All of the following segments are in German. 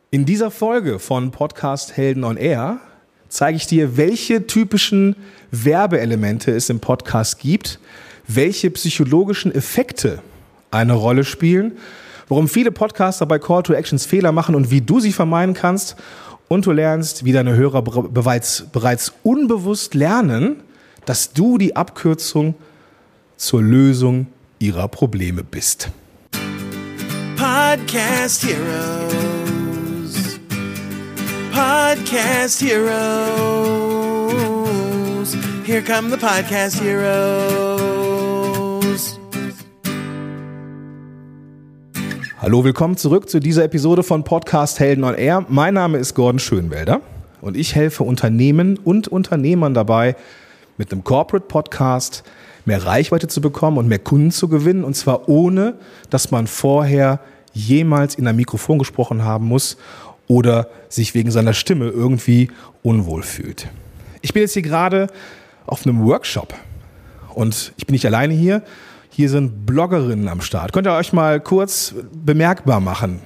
In dieser Folge von Podcast Helden on Air zeige ich dir, welche typischen Werbeelemente es im Podcast gibt, welche psychologischen Effekte eine Rolle spielen, warum viele Podcaster bei Call to Actions Fehler machen und wie du sie vermeiden kannst. Und du lernst, wie deine Hörer bereits unbewusst lernen, dass du die Abkürzung zur Lösung ihrer Probleme bist. Podcast Heroes. Podcast Heroes. Here come the Podcast Heroes. Hallo, willkommen zurück zu dieser Episode von Podcast Helden on Air. Mein Name ist Gordon Schönwelder und ich helfe Unternehmen und Unternehmern dabei, mit einem Corporate Podcast mehr Reichweite zu bekommen und mehr Kunden zu gewinnen, und zwar ohne, dass man vorher jemals in einem Mikrofon gesprochen haben muss oder sich wegen seiner Stimme irgendwie unwohl fühlt. Ich bin jetzt hier gerade auf einem Workshop und ich bin nicht alleine hier. Hier sind Bloggerinnen am Start. Könnt ihr euch mal kurz bemerkbar machen?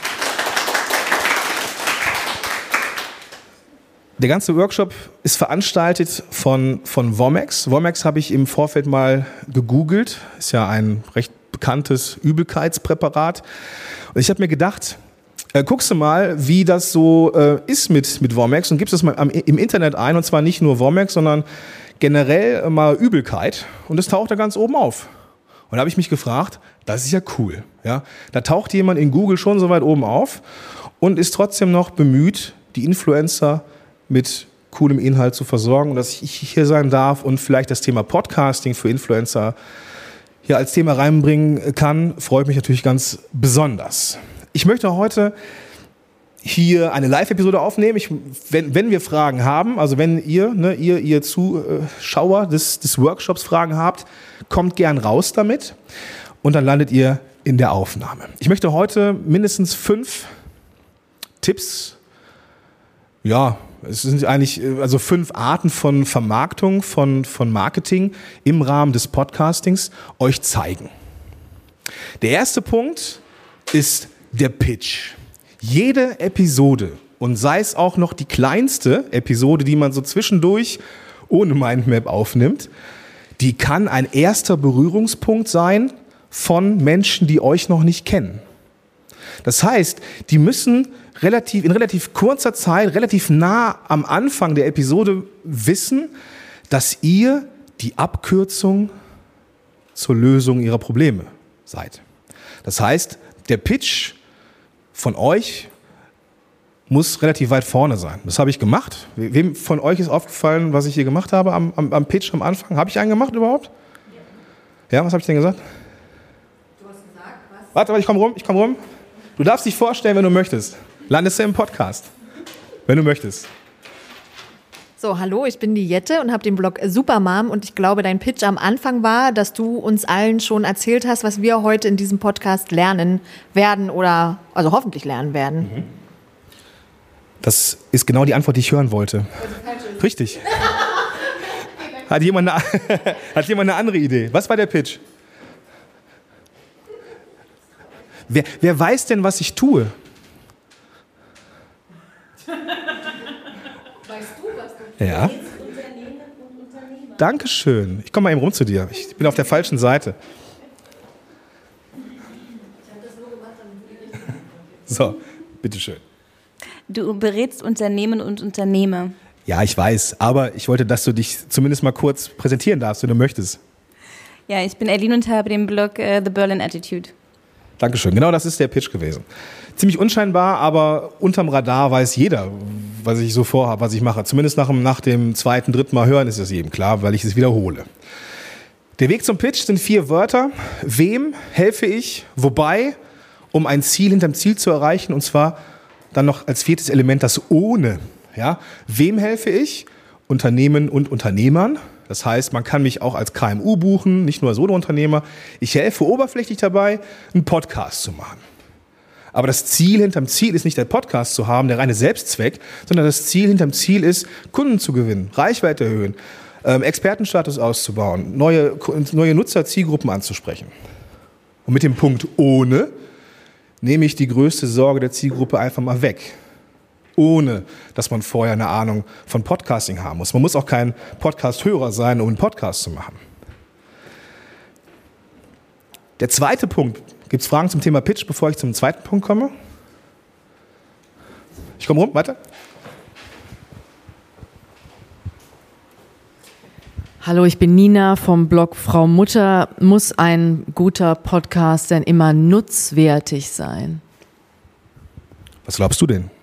Der ganze Workshop ist veranstaltet von Womex. Womex habe ich im Vorfeld mal gegoogelt. Ist ja ein recht bekanntes Übelkeitspräparat. Und ich habe mir gedacht, guckst du mal, wie das so ist mit Womex, und gibst es mal im Internet ein, und zwar nicht nur Womex, sondern generell mal Übelkeit, und das taucht da ganz oben auf. Und da habe ich mich gefragt, das ist ja cool. Ja? Da taucht jemand in Google schon so weit oben auf und ist trotzdem noch bemüht, die Influencer mit coolem Inhalt zu versorgen, und dass ich hier sein darf und vielleicht das Thema Podcasting für Influencer hier als Thema reinbringen kann, freut mich natürlich ganz besonders. Ich möchte heute hier eine Live-Episode aufnehmen. Wenn wir Fragen haben, also wenn ihr Zuschauer des Workshops Fragen habt, kommt gern raus damit und dann landet ihr in der Aufnahme. Ich möchte heute mindestens 5 Tipps, es sind eigentlich 5 Arten von Vermarktung, von Marketing im Rahmen des Podcastings euch zeigen. Der erste Punkt ist der Pitch. Jede Episode, und sei es auch noch die kleinste Episode, die man so zwischendurch ohne Mindmap aufnimmt, die kann ein erster Berührungspunkt sein von Menschen, die euch noch nicht kennen. Das heißt, die müssen in relativ kurzer Zeit, relativ nah am Anfang der Episode wissen, dass ihr die Abkürzung zur Lösung ihrer Probleme seid. Das heißt, der Pitch von euch muss relativ weit vorne sein. Das habe ich gemacht. Wem von euch ist aufgefallen, was ich hier gemacht habe am Pitch am Anfang? Habe ich einen gemacht überhaupt? Ja, was habe ich denn gesagt? Du hast gesagt, was? Warte, ich komme rum. Du darfst dich vorstellen, wenn du möchtest. Landest du im Podcast, wenn du möchtest. So, hallo, ich bin die Jette und habe den Blog Supermom, und ich glaube, dein Pitch am Anfang war, dass du uns allen schon erzählt hast, was wir heute in diesem Podcast lernen werden oder also hoffentlich lernen werden. Mhm. Das ist genau die Antwort, die ich hören wollte. Richtig. Hat jemand eine andere Idee? Was war der Pitch? Wer weiß denn, was ich tue? Weißt du, was du Ja. Dankeschön. Ich komme mal eben rum zu dir. Ich bin auf der falschen Seite. So, bitteschön. Du berätst Unternehmen und Unternehmer. Ja, ich weiß, aber ich wollte, dass du dich zumindest mal kurz präsentieren darfst, wenn du möchtest. Ja, ich bin Eileen und habe den Blog The Berlin Attitude. Dankeschön. Genau, das ist der Pitch gewesen. Ziemlich unscheinbar, aber unterm Radar weiß jeder, was ich so vorhabe, was ich mache. Zumindest nach dem 2., 3. Mal hören ist es jedem klar, weil ich es wiederhole. Der Weg zum Pitch sind 4 Wörter. Wem helfe ich? Wobei, um ein Ziel hinterm Ziel zu erreichen, und zwar dann noch als 4. Element das Ohne. Ja? Wem helfe ich? Unternehmen und Unternehmern. Das heißt, man kann mich auch als KMU buchen, nicht nur als Solo-Unternehmer. Ich helfe oberflächlich dabei, einen Podcast zu machen. Aber das Ziel hinterm Ziel ist nicht der Podcast zu haben, der reine Selbstzweck, sondern das Ziel hinterm Ziel ist, Kunden zu gewinnen, Reichweite erhöhen, Expertenstatus auszubauen, neue Nutzer, Zielgruppen anzusprechen. Und mit dem Punkt ohne nehme ich die größte Sorge der Zielgruppe einfach mal weg. Ohne, dass man vorher eine Ahnung von Podcasting haben muss. Man muss auch kein Podcast-Hörer sein, um einen Podcast zu machen. Der zweite Punkt. Gibt es Fragen zum Thema Pitch, bevor ich zum zweiten Punkt komme? Ich komme rum, weiter. Hallo, ich bin Nina vom Blog Frau Mutter. Muss ein guter Podcast denn immer nutzwertig sein? Was glaubst du denn?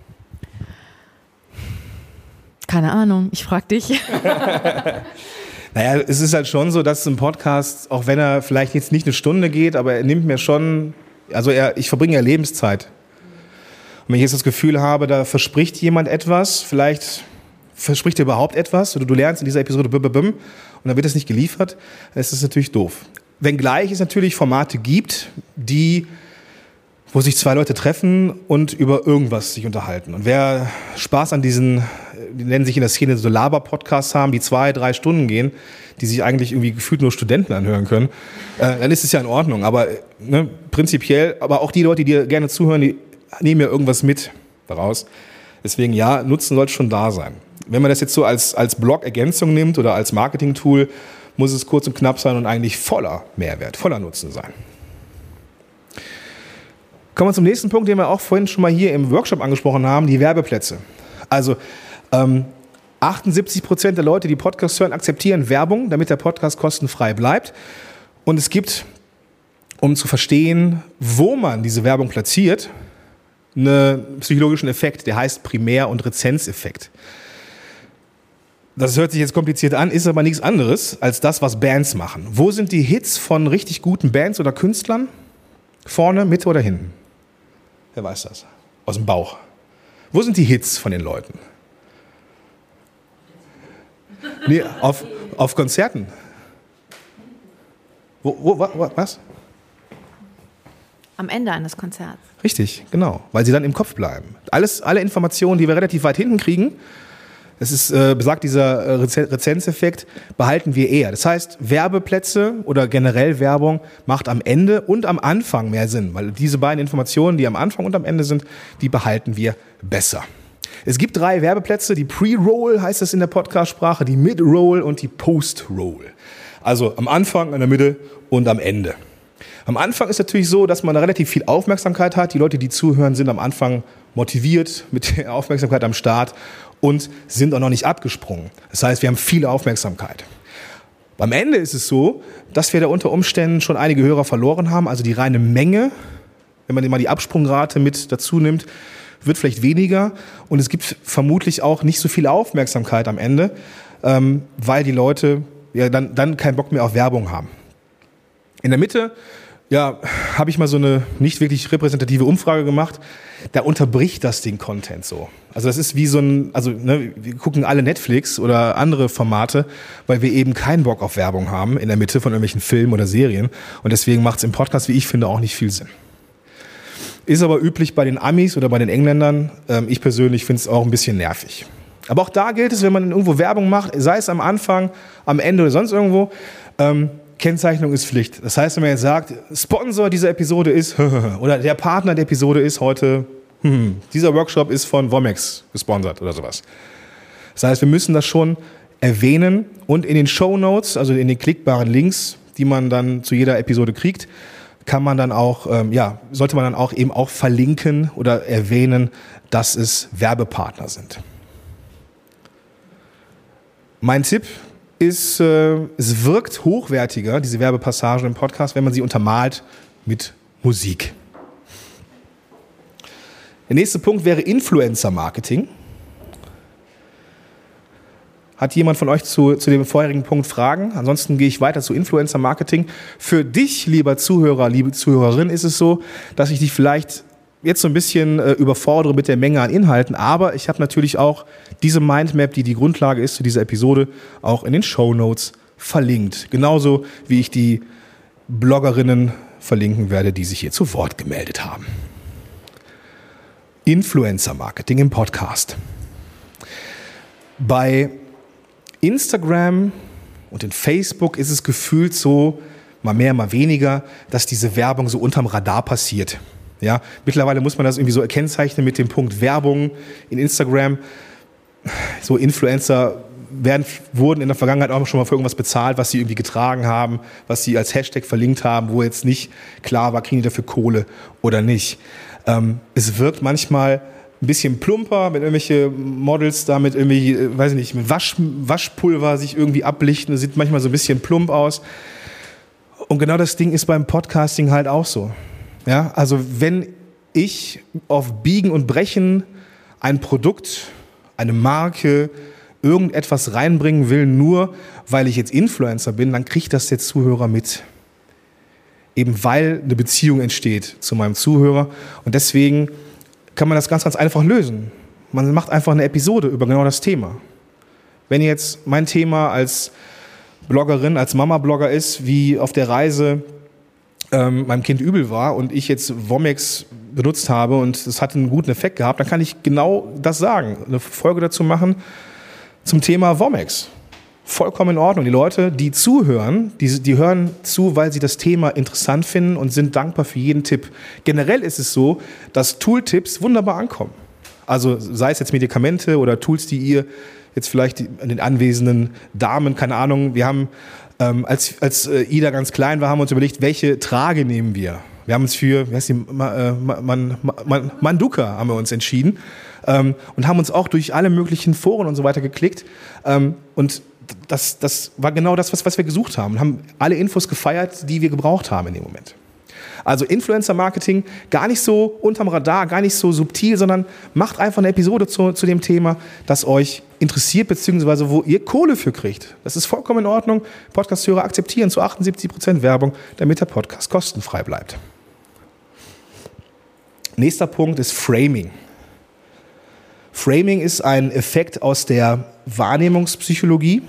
Keine Ahnung, ich frag dich. Naja, es ist halt schon so, dass ein Podcast, auch wenn er vielleicht jetzt nicht eine Stunde geht, aber er nimmt mir schon, also ich verbringe ja Lebenszeit. Und wenn ich jetzt das Gefühl habe, da verspricht jemand etwas, vielleicht verspricht er überhaupt etwas, oder du lernst in dieser Episode und dann wird es nicht geliefert, dann ist das natürlich doof. Wenngleich es natürlich Formate gibt, wo sich zwei Leute treffen und über irgendwas sich unterhalten. Und wer Spaß an diesen, die nennen sich in der Szene so Laber-Podcasts haben, die 2-3 Stunden gehen, die sich eigentlich irgendwie gefühlt nur Studenten anhören können, dann ist es ja in Ordnung. Aber prinzipiell, aber auch die Leute, die dir gerne zuhören, die nehmen ja irgendwas mit daraus. Deswegen ja, Nutzen sollte schon da sein. Wenn man das jetzt so als Blog-Ergänzung nimmt oder als Marketing-Tool, muss es kurz und knapp sein und eigentlich voller Mehrwert, voller Nutzen sein. Kommen wir zum nächsten Punkt, den wir auch vorhin schon mal hier im Workshop angesprochen haben, die Werbeplätze. Also 78% der Leute, die Podcasts hören, akzeptieren Werbung, damit der Podcast kostenfrei bleibt. Und es gibt, um zu verstehen, wo man diese Werbung platziert, einen psychologischen Effekt, der heißt Primär- und Rezenzeffekt. Das hört sich jetzt kompliziert an, ist aber nichts anderes als das, was Bands machen. Wo sind die Hits von richtig guten Bands oder Künstlern? Vorne, Mitte oder hinten? Wer weiß das? Aus dem Bauch. Wo sind die Hits von den Leuten? Nee, auf Konzerten. Was? Am Ende eines Konzerts. Richtig, genau. Weil sie dann im Kopf bleiben. Alle Informationen, die wir relativ weit hinten kriegen, das ist, besagt dieser Rezenzeffekt, behalten wir eher. Das heißt, Werbeplätze oder generell Werbung macht am Ende und am Anfang mehr Sinn, weil diese beiden Informationen, die am Anfang und am Ende sind, die behalten wir besser. Es gibt 3 Werbeplätze, die Pre-Roll heißt das in der Podcast-Sprache, die Mid-Roll und die Post-Roll. Also am Anfang, in der Mitte und am Ende. Am Anfang ist natürlich so, dass man da relativ viel Aufmerksamkeit hat. Die Leute, die zuhören, sind am Anfang motiviert mit der Aufmerksamkeit am Start und sind auch noch nicht abgesprungen. Das heißt, wir haben viel Aufmerksamkeit. Am Ende ist es so, dass wir da unter Umständen schon einige Hörer verloren haben. Also die reine Menge, wenn man mal die Absprungrate mit dazu nimmt, wird vielleicht weniger. Und es gibt vermutlich auch nicht so viel Aufmerksamkeit am Ende, weil die Leute ja dann keinen Bock mehr auf Werbung haben. In der Mitte habe ich mal so eine nicht wirklich repräsentative Umfrage gemacht. Da unterbricht das den Content so. Also das ist wie so wir gucken alle Netflix oder andere Formate, weil wir eben keinen Bock auf Werbung haben in der Mitte von irgendwelchen Filmen oder Serien. Und deswegen macht es im Podcast, wie ich finde, auch nicht viel Sinn. Ist aber üblich bei den Amis oder bei den Engländern. Ich persönlich finde es auch ein bisschen nervig. Aber auch da gilt es, wenn man irgendwo Werbung macht, sei es am Anfang, am Ende oder sonst irgendwo, Kennzeichnung ist Pflicht. Das heißt, wenn man jetzt sagt, Sponsor dieser Episode ist oder der Partner der Episode ist heute, dieser Workshop ist von Womex gesponsert oder sowas. Das heißt, wir müssen das schon erwähnen und in den Shownotes, also in den klickbaren Links, die man dann zu jeder Episode kriegt, kann man dann auch, sollte man dann auch eben auch verlinken oder erwähnen, dass es Werbepartner sind. Mein Tipp ist, es wirkt hochwertiger, diese Werbepassagen im Podcast, wenn man sie untermalt mit Musik. Der nächste Punkt wäre Influencer-Marketing. Hat jemand von euch zu dem vorherigen Punkt Fragen? Ansonsten gehe ich weiter zu Influencer-Marketing. Für dich, lieber Zuhörer, liebe Zuhörerin, ist es so, dass ich dich vielleicht jetzt so ein bisschen überfordere mit der Menge an Inhalten, aber ich habe natürlich auch diese Mindmap, die die Grundlage ist zu dieser Episode, auch in den Shownotes verlinkt. Genauso wie ich die Bloggerinnen verlinken werde, die sich hier zu Wort gemeldet haben. Influencer-Marketing im Podcast. Bei Instagram und in Facebook ist es gefühlt so, mal mehr, mal weniger, dass diese Werbung so unterm Radar passiert. Ja, mittlerweile muss man das irgendwie so kennzeichnen mit dem Punkt Werbung in Instagram. So Influencer wurden in der Vergangenheit auch schon mal für irgendwas bezahlt, was sie irgendwie getragen haben, was sie als Hashtag verlinkt haben, wo jetzt nicht klar war, kriegen die dafür Kohle oder nicht. Es wirkt manchmal ein bisschen plumper, wenn irgendwelche Models da mit irgendwie, weiß ich nicht, mit Waschpulver sich irgendwie ablichten. Das sieht manchmal so ein bisschen plump aus. Und genau das Ding ist beim Podcasting halt auch so. Ja, also wenn ich auf Biegen und Brechen ein Produkt, eine Marke, irgendetwas reinbringen will, nur weil ich jetzt Influencer bin, dann kriegt das der Zuhörer mit. Eben weil eine Beziehung entsteht zu meinem Zuhörer. Und deswegen kann man das ganz, ganz einfach lösen. Man macht einfach eine Episode über genau das Thema. Wenn jetzt mein Thema als Bloggerin, als Mama-Blogger ist, wie auf der Reise meinem Kind übel war und ich jetzt Womex benutzt habe und es hat einen guten Effekt gehabt, dann kann ich genau das sagen. Eine Folge dazu machen zum Thema Womex. Vollkommen in Ordnung. Die Leute, die zuhören, die hören zu, weil sie das Thema interessant finden und sind dankbar für jeden Tipp. Generell ist es so, dass Tooltips wunderbar ankommen. Also sei es jetzt Medikamente oder Tools, die ihr jetzt vielleicht den anwesenden Damen, keine Ahnung, wir haben, als Ida ganz klein war, haben wir uns überlegt, welche Trage nehmen wir. Wir haben uns für, wie heißt die, Manduka haben wir uns entschieden und haben uns auch durch alle möglichen Foren und so weiter geklickt und das war genau das, was wir gesucht haben. Und haben alle Infos gefeiert, die wir gebraucht haben in dem Moment. Also Influencer-Marketing gar nicht so unterm Radar, gar nicht so subtil, sondern macht einfach eine Episode zu dem Thema, das euch interessiert, beziehungsweise wo ihr Kohle für kriegt. Das ist vollkommen in Ordnung. Podcast-Hörer akzeptieren zu 78% Werbung, damit der Podcast kostenfrei bleibt. Nächster Punkt ist Framing. Framing ist ein Effekt aus der Wahrnehmungspsychologie.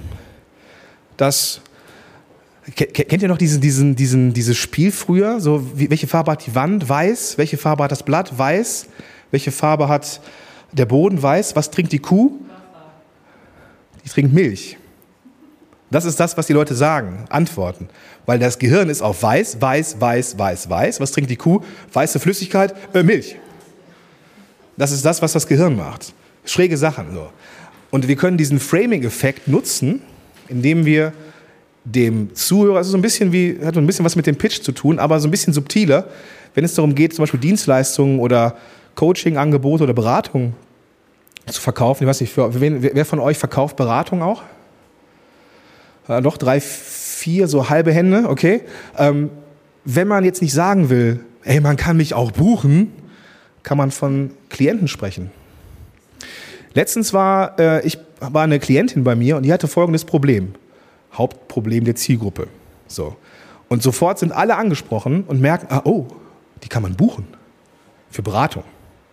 Kennt ihr noch dieses Spiel früher? So, welche Farbe hat die Wand? Weiß. Welche Farbe hat das Blatt? Weiß. Welche Farbe hat der Boden? Weiß. Was trinkt die Kuh? Die trinkt Milch. Das ist das, was die Leute sagen, antworten. Weil das Gehirn ist auf weiß. Was trinkt die Kuh? Weiße Flüssigkeit, Milch. Das ist das, was das Gehirn macht. Schräge Sachen. So. Und wir können diesen Framing-Effekt nutzen, indem wir dem Zuhörer, also hat so ein bisschen was mit dem Pitch zu tun, aber so ein bisschen subtiler, wenn es darum geht, zum Beispiel Dienstleistungen oder Coaching-Angebote oder Beratung zu verkaufen. Ich weiß nicht, wer von euch verkauft Beratung auch? Doch, 3, 4, so halbe Hände, okay. Wenn man jetzt nicht sagen will, ey, man kann mich auch buchen, kann man von Klienten sprechen. Letztens war eine Klientin bei mir und die hatte folgendes Problem. Hauptproblem der Zielgruppe. So. Und sofort sind alle angesprochen und merken, die kann man buchen für Beratung.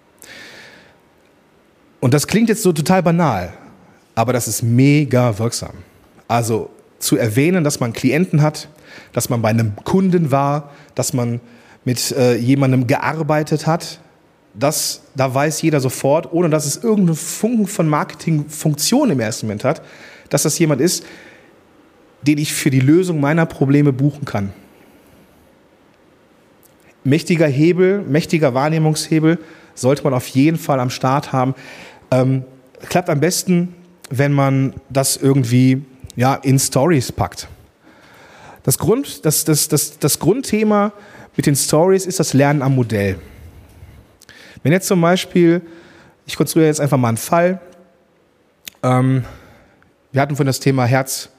Und das klingt jetzt so total banal, aber das ist mega wirksam. Also zu erwähnen, dass man Klienten hat, dass man bei einem Kunden war, dass man mit jemandem gearbeitet hat, da weiß jeder sofort, ohne dass es irgendeinen Funken von Marketingfunktion im ersten Moment hat, dass das jemand ist, den ich für die Lösung meiner Probleme buchen kann. Mächtiger Hebel, mächtiger Wahrnehmungshebel sollte man auf jeden Fall am Start haben. Klappt am besten, wenn man das irgendwie in Stories packt. Das Grundthema mit den Stories ist das Lernen am Modell. Wenn jetzt zum Beispiel, ich konstruiere jetzt einfach mal einen Fall, wir hatten von das Thema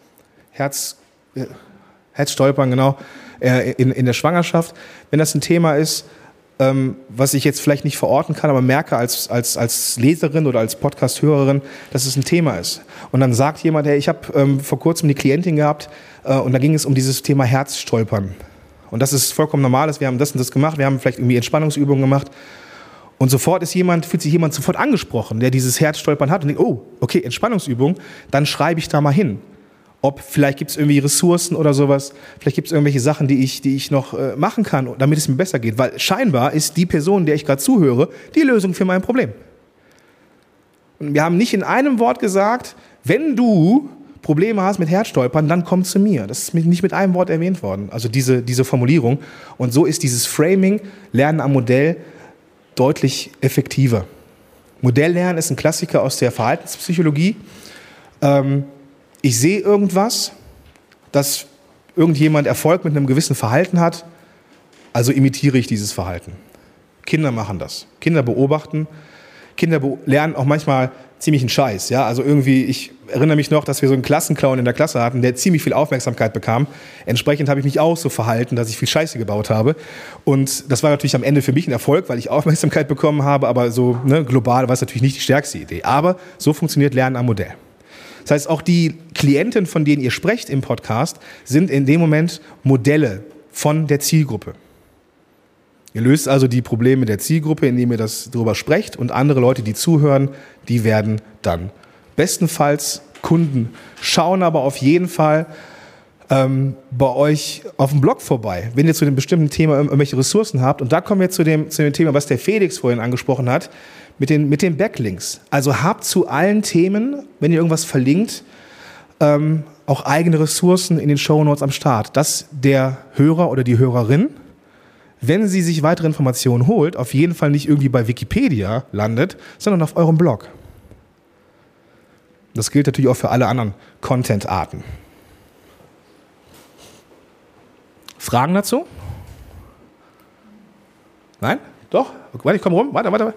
Herzstolpern, genau, in der Schwangerschaft. Wenn das ein Thema ist, was ich jetzt vielleicht nicht verorten kann, aber merke als Leserin oder als Podcast-Hörerin, dass es ein Thema ist. Und dann sagt jemand, hey, ich habe vor kurzem eine Klientin gehabt und da ging es um dieses Thema Herzstolpern. Und das ist vollkommen normal, wir haben das und das gemacht, wir haben vielleicht irgendwie Entspannungsübungen gemacht. Und sofort fühlt sich jemand sofort angesprochen, der dieses Herzstolpern hat und denkt, oh, okay, Entspannungsübung, dann schreibe ich da mal hin. Vielleicht gibt es irgendwie Ressourcen oder sowas, vielleicht gibt es irgendwelche Sachen, die ich noch machen kann, damit es mir besser geht. Weil scheinbar ist die Person, der ich gerade zuhöre, die Lösung für mein Problem. Und wir haben nicht in einem Wort gesagt, wenn du Probleme hast mit Herzstolpern, dann komm zu mir. Das ist nicht mit einem Wort erwähnt worden, also diese Formulierung. Und so ist dieses Framing, Lernen am Modell, deutlich effektiver. Modelllernen ist ein Klassiker aus der Verhaltenspsychologie. Ich sehe irgendwas, dass irgendjemand Erfolg mit einem gewissen Verhalten hat, also imitiere ich dieses Verhalten. Kinder machen das. Kinder beobachten. Kinder lernen auch manchmal ziemlichen Scheiß. Ja? Also irgendwie, ich erinnere mich noch, dass wir so einen Klassenclown in der Klasse hatten, der ziemlich viel Aufmerksamkeit bekam. Entsprechend habe ich mich auch so verhalten, dass ich viel Scheiße gebaut habe. Und das war natürlich am Ende für mich ein Erfolg, weil ich Aufmerksamkeit bekommen habe, aber so global war es natürlich nicht die stärkste Idee. Aber so funktioniert Lernen am Modell. Das heißt, auch die Klienten, von denen ihr sprecht im Podcast, sind in dem Moment Modelle von der Zielgruppe. Ihr löst also die Probleme der Zielgruppe, indem ihr darüber sprecht, und andere Leute, die zuhören, die werden dann bestenfalls Kunden. Schauen aber auf jeden Fall bei euch auf dem Blog vorbei, wenn ihr zu dem bestimmten Thema irgendwelche Ressourcen habt. Und da kommen wir zu dem Thema, was der Felix vorhin angesprochen hat, mit den Backlinks. Also habt zu allen Themen, wenn ihr irgendwas verlinkt, auch eigene Ressourcen in den Shownotes am Start, dass der Hörer oder die Hörerin, wenn sie sich weitere Informationen holt, auf jeden Fall nicht irgendwie bei Wikipedia landet, sondern auf eurem Blog. Das gilt natürlich auch für alle anderen Content-Arten. Fragen dazu? Nein? Doch? Warte, ich komme rum. Warte.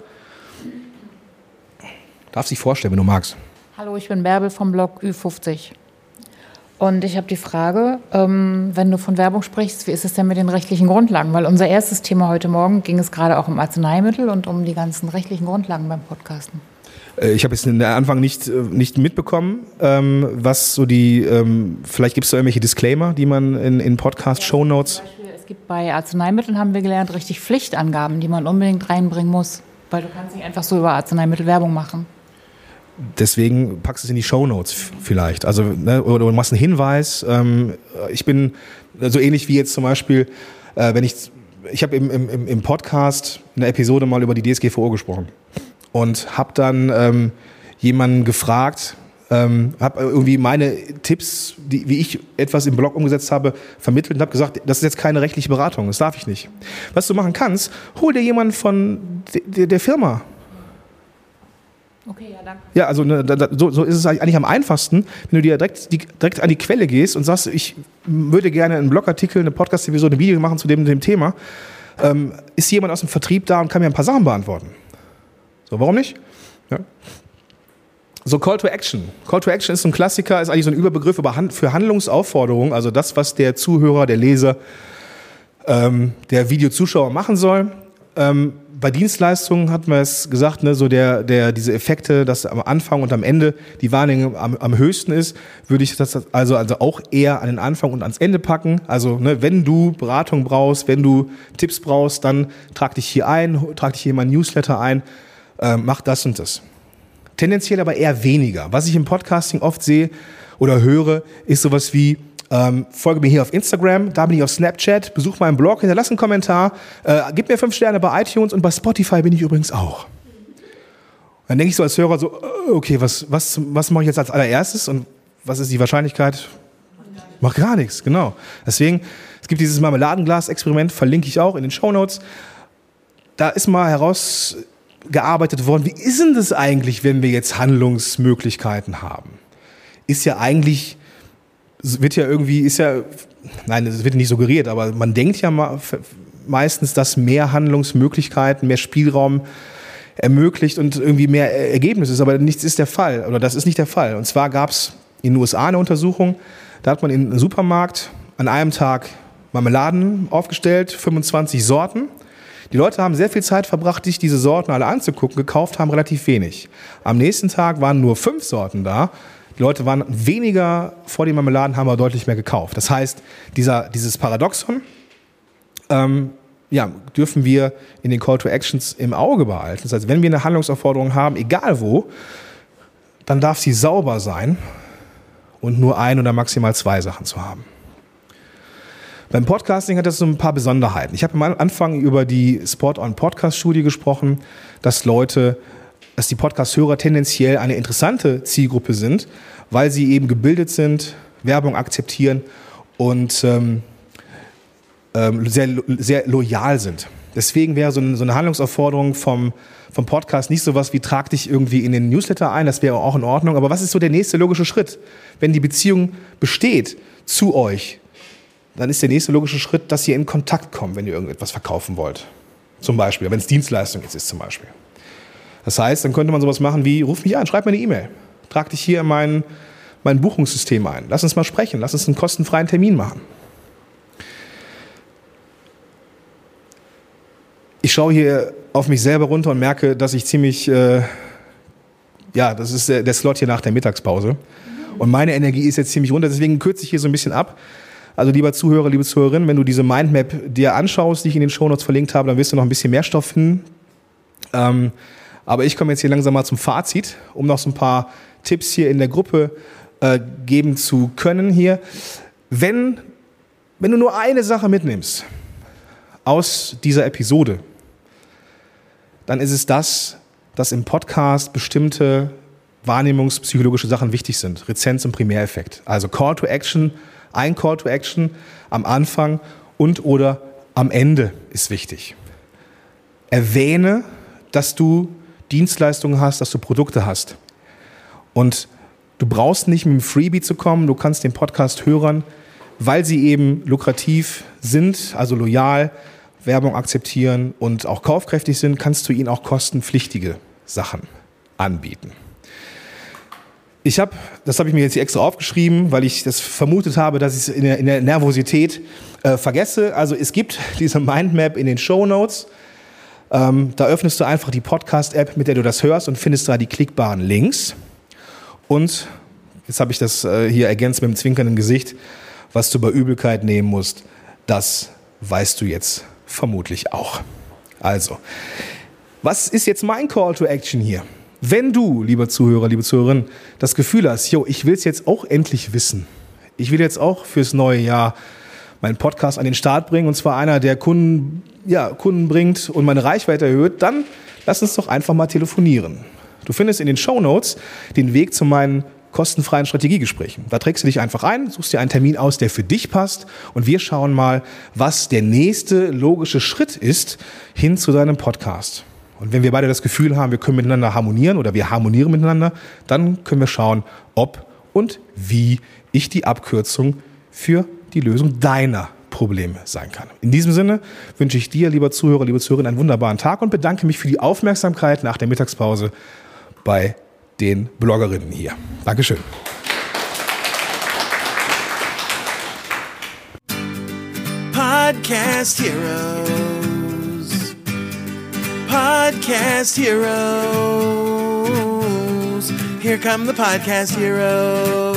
Darf sich vorstellen, wenn du magst. Hallo, ich bin Bärbel vom Blog Ü50. Und ich habe die Frage, wenn du von Werbung sprichst, wie ist es denn mit den rechtlichen Grundlagen? Weil unser erstes Thema heute Morgen ging es gerade auch um Arzneimittel und um die ganzen rechtlichen Grundlagen beim Podcasten. Ich habe jetzt am Anfang nicht mitbekommen, was so vielleicht gibt es da irgendwelche Disclaimer, die man in Podcast-Shownotes... Es gibt bei Arzneimitteln, haben wir gelernt, richtig Pflichtangaben, die man unbedingt reinbringen muss. Weil du kannst nicht einfach so über Arzneimittel Werbung machen. Deswegen packst du es in die Shownotes vielleicht. Also, oder du machst einen Hinweis. Ich bin so ähnlich wie jetzt zum Beispiel, ich habe im Podcast in der Episode mal über die DSGVO gesprochen und habe dann jemanden gefragt, habe irgendwie meine Tipps, wie ich etwas im Blog umgesetzt habe, vermittelt und habe gesagt, das ist jetzt keine rechtliche Beratung, das darf ich nicht. Was du machen kannst, hol dir jemanden von der Firma. Okay, ja, danke. Ja, also so ist es eigentlich am einfachsten, wenn du dir direkt an die Quelle gehst und sagst, ich würde gerne einen Blogartikel, eine Podcast-Episode, ein Video machen zu dem Thema. Ist jemand aus dem Vertrieb da und kann mir ein paar Sachen beantworten? So, warum nicht? Ja. So, Call to Action. Call to Action ist so ein Klassiker, ist eigentlich so ein Überbegriff für Handlungsaufforderungen, also das, was der Zuhörer, der Leser, der Videozuschauer machen soll. Bei Dienstleistungen hat man es gesagt, ne, so diese Effekte, dass am Anfang und am Ende die Wahrnehmung am höchsten ist, würde ich das also auch eher an den Anfang und ans Ende packen. Also ne, wenn du Beratung brauchst, wenn du Tipps brauchst, dann trag dich hier in mein Newsletter ein, mach das und das. Tendenziell aber eher weniger. Was ich im Podcasting oft sehe oder höre, ist sowas wie, folge mir hier auf Instagram, da bin ich auf Snapchat, besuch meinen Blog, hinterlass einen Kommentar, gib mir 5 Sterne bei iTunes und bei Spotify bin ich übrigens auch. Dann denke ich so als Hörer so, okay, was mache ich jetzt als allererstes und was ist die Wahrscheinlichkeit? Mach gar nichts, genau. Deswegen, es gibt dieses Marmeladenglas-Experiment, verlinke ich auch in den Shownotes. Da ist mal herausgearbeitet worden, wie ist denn das eigentlich, wenn wir jetzt Handlungsmöglichkeiten haben? Es wird nicht suggeriert, aber man denkt ja meistens, dass mehr Handlungsmöglichkeiten, mehr Spielraum ermöglicht und irgendwie mehr Ergebnis ist, aber nichts ist der Fall, oder das ist nicht der Fall. Und zwar gab es in den USA eine Untersuchung, da hat man in einem Supermarkt an einem Tag Marmeladen aufgestellt, 25 Sorten. Die Leute haben sehr viel Zeit verbracht, sich diese Sorten alle anzugucken, gekauft haben relativ wenig. Am nächsten Tag waren nur 5 Sorten da. Die Leute waren weniger vor den Marmeladen, haben aber deutlich mehr gekauft. Das heißt, dieses Paradoxon dürfen wir in den Call to Actions im Auge behalten. Das heißt, wenn wir eine Handlungsaufforderung haben, egal wo, dann darf sie sauber sein und nur 1 oder maximal 2 Sachen zu haben. Beim Podcasting hat das so ein paar Besonderheiten. Ich habe am Anfang über die Spot-on-Podcast-Studie gesprochen, dass Leute dass die Podcast-Hörer tendenziell eine interessante Zielgruppe sind, weil sie eben gebildet sind, Werbung akzeptieren und sehr loyal sind. Deswegen wäre so eine Handlungsaufforderung vom Podcast nicht sowas wie trag dich irgendwie in den Newsletter ein, das wäre auch in Ordnung. Aber was ist so der nächste logische Schritt? Wenn die Beziehung besteht zu euch, dann ist der nächste logische Schritt, dass ihr in Kontakt kommt, wenn ihr irgendetwas verkaufen wollt. Zum Beispiel, wenn es Dienstleistung ist zum Beispiel. Das heißt, dann könnte man sowas machen wie, ruf mich an, schreib mir eine E-Mail, trag dich hier in mein Buchungssystem ein, lass uns mal sprechen, lass uns einen kostenfreien Termin machen. Ich schaue hier auf mich selber runter und merke, dass ich ziemlich, das ist der Slot hier nach der Mittagspause. Und meine Energie ist jetzt ziemlich runter, deswegen kürze ich hier so ein bisschen ab. Also lieber Zuhörer, liebe Zuhörerin, wenn du diese Mindmap dir anschaust, die ich in den Shownotes verlinkt habe, dann wirst du noch ein bisschen mehr Stoff finden. Aber ich komme jetzt hier langsam mal zum Fazit, um noch so ein paar Tipps hier in der Gruppe geben zu können hier. Wenn du nur eine Sache mitnimmst aus dieser Episode, dann ist es das, dass im Podcast bestimmte wahrnehmungspsychologische Sachen wichtig sind. Rezenz- und Primäreffekt. Also Call to Action, ein Call to Action am Anfang und oder am Ende ist wichtig. Erwähne, dass du Dienstleistungen hast, dass du Produkte hast. Und du brauchst nicht mit dem Freebie zu kommen, du kannst den Podcast hören, weil sie eben lukrativ sind, also loyal, Werbung akzeptieren und auch kaufkräftig sind, kannst du ihnen auch kostenpflichtige Sachen anbieten. Das habe ich mir jetzt hier extra aufgeschrieben, weil ich das vermutet habe, dass ich es in der Nervosität vergesse. Also es gibt diese Mindmap in den Shownotes. Da öffnest du einfach die Podcast-App, mit der du das hörst und findest da die klickbaren Links. Und jetzt habe ich das hier ergänzt mit dem zwinkernden Gesicht, was du bei Übelkeit nehmen musst, das weißt du jetzt vermutlich auch. Also, was ist jetzt mein Call to Action hier? Wenn du, lieber Zuhörer, liebe Zuhörerin, das Gefühl hast, ich will es jetzt auch endlich wissen. Ich will jetzt auch fürs neue Jahr meinen Podcast an den Start bringen, und zwar einer, der Kunden bringt und meine Reichweite erhöht, dann lass uns doch einfach mal telefonieren. Du findest in den Shownotes den Weg zu meinen kostenfreien Strategiegesprächen. Da trägst du dich einfach ein, suchst dir einen Termin aus, der für dich passt, und wir schauen mal, was der nächste logische Schritt ist hin zu deinem Podcast. Und wenn wir beide das Gefühl haben, wir können miteinander harmonieren oder wir harmonieren miteinander, dann können wir schauen, ob und wie ich die Abkürzung für die Lösung deiner Probleme sein kann. In diesem Sinne wünsche ich dir, lieber Zuhörer, liebe Zuhörerin, einen wunderbaren Tag und bedanke mich für die Aufmerksamkeit nach der Mittagspause bei den Bloggerinnen hier. Dankeschön. Podcast Heroes. Podcast Heroes. Here come the Podcast Heroes.